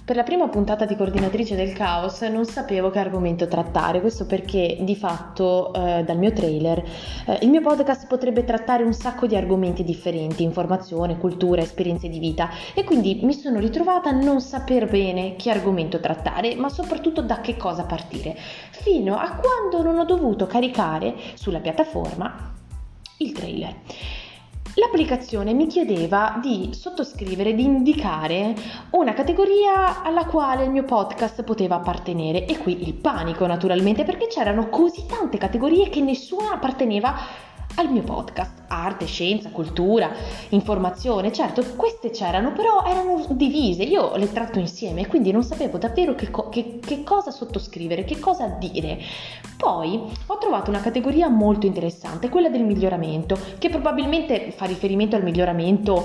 Per la prima puntata di Coordinatrice del Caos non sapevo che argomento trattare, questo perché di fatto dal mio trailer il mio podcast potrebbe trattare un sacco di argomenti differenti, informazione, cultura, esperienze di vita, e quindi mi sono ritrovata a non saper bene che argomento trattare, ma soprattutto da che cosa partire, fino a quando non ho dovuto caricare sulla piattaforma il trailer. L'applicazione mi chiedeva di sottoscrivere, di indicare una categoria alla quale il mio podcast poteva appartenere, e qui il panico naturalmente, perché c'erano così tante categorie che nessuna apparteneva al mio podcast. Arte, scienza, cultura, informazione, certo queste c'erano, però erano divise, io le tratto insieme, quindi non sapevo davvero che cosa sottoscrivere, che cosa dire. Poi ho trovato una categoria molto interessante, quella del miglioramento, che probabilmente fa riferimento al miglioramento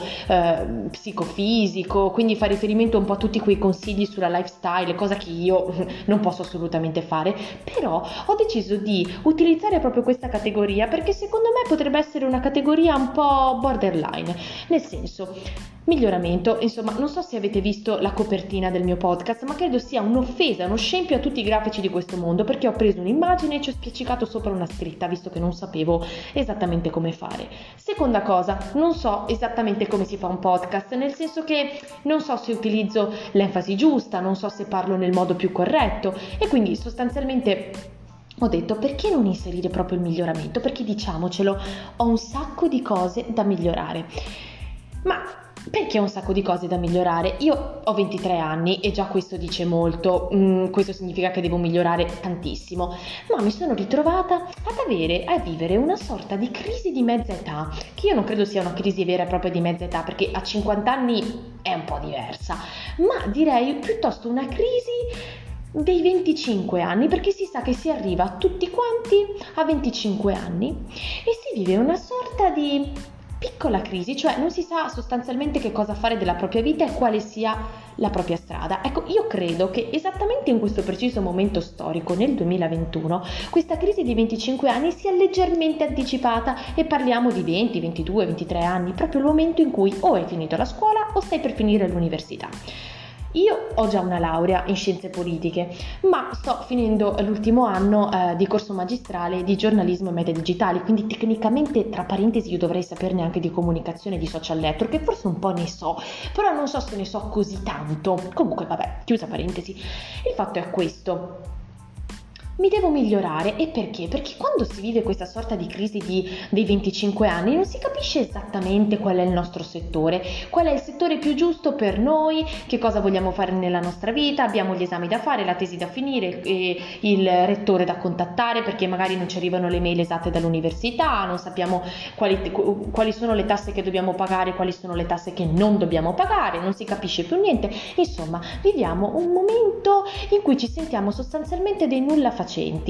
psicofisico, quindi fa riferimento un po' a tutti quei consigli sulla lifestyle, cosa che io non posso assolutamente fare, però ho deciso di utilizzare proprio questa categoria perché secondo me potrebbe essere una categoria un po' borderline, nel senso, miglioramento, insomma, non so se avete visto la copertina del mio podcast, ma credo sia un'offesa, uno scempio a tutti i grafici di questo mondo, perché ho preso un'immagine e ci ho spiaccicato sopra una scritta, visto che non sapevo esattamente come fare. Seconda cosa, non so esattamente come si fa un podcast, nel senso che non so se utilizzo l'enfasi giusta, non so se parlo nel modo più corretto, e quindi sostanzialmente ho detto, perché non inserire proprio il miglioramento? Perché diciamocelo, ho un sacco di cose da migliorare. Ma perché ho un sacco di cose da migliorare? Io ho 23 anni e già questo dice molto, questo significa che devo migliorare tantissimo, ma mi sono ritrovata a vivere una sorta di crisi di mezza età, che io non credo sia una crisi vera e propria di mezza età, perché a 50 anni è un po' diversa, ma direi piuttosto una crisi dei 25 anni, perché si sa che si arriva tutti quanti a 25 anni e si vive una sorta di piccola crisi, cioè non si sa sostanzialmente che cosa fare della propria vita e quale sia la propria strada. Ecco, io credo che esattamente in questo preciso momento storico, nel 2021, questa crisi di 25 anni sia leggermente anticipata e parliamo di 20, 22, 23 anni, proprio il momento in cui o hai finito la scuola o stai per finire l'università. Io ho già una laurea in scienze politiche, ma sto finendo l'ultimo anno di corso magistrale di giornalismo e media digitali, quindi tecnicamente, tra parentesi, io dovrei saperne anche di comunicazione e di social network, che forse un po' ne so, però non so se ne so così tanto. Comunque, vabbè, chiusa parentesi. Il fatto è questo. Mi devo migliorare, e perché? Perché quando si vive questa sorta di crisi dei 25 anni non si capisce esattamente qual è il nostro settore, qual è il settore più giusto per noi, che cosa vogliamo fare nella nostra vita, abbiamo gli esami da fare, la tesi da finire, il rettore da contattare perché magari non ci arrivano le mail esatte dall'università, non sappiamo quali sono le tasse che dobbiamo pagare, quali sono le tasse che non dobbiamo pagare, non si capisce più niente. Insomma, viviamo un momento in cui ci sentiamo sostanzialmente dei nulla facenti.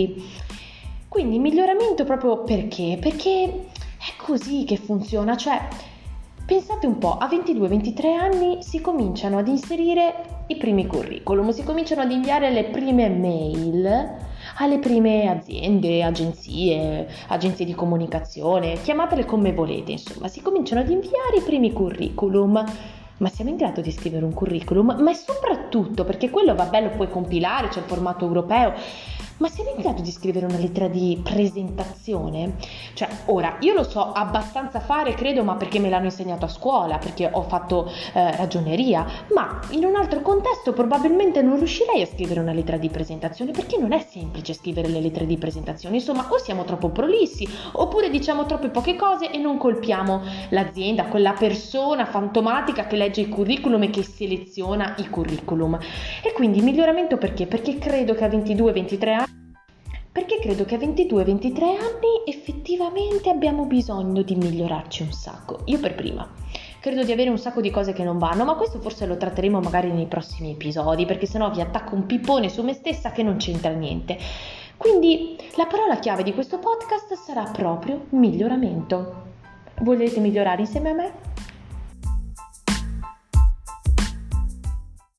Quindi miglioramento proprio perché? Perché è così che funziona, cioè pensate un po', a 22-23 anni si cominciano ad inserire i primi curriculum, si cominciano ad inviare le prime mail alle prime aziende, agenzie di comunicazione, chiamatele come volete, insomma, si cominciano ad inviare i primi curriculum. Ma siamo in grado di scrivere un curriculum? Ma soprattutto, perché quello vabbè lo puoi compilare, c'è il formato europeo, ma siamo in grado di scrivere una lettera di presentazione? Cioè, ora, io lo so abbastanza fare, credo, ma perché me l'hanno insegnato a scuola, perché ho fatto ragioneria, ma in un altro contesto probabilmente non riuscirei a scrivere una lettera di presentazione, perché non è semplice scrivere le lettere di presentazione. Insomma, o siamo troppo prolissi, oppure diciamo troppe poche cose e non colpiamo l'azienda, quella persona fantomatica che legge il curriculum e che seleziona i curriculum. E quindi miglioramento perché? Perché credo che a 22-23 anni effettivamente abbiamo bisogno di migliorarci un sacco. Io per prima. Credo di avere un sacco di cose che non vanno, ma questo forse lo tratteremo magari nei prossimi episodi, perché sennò vi attacco un pippone su me stessa che non c'entra niente. Quindi la parola chiave di questo podcast sarà proprio miglioramento. Volete migliorare insieme a me?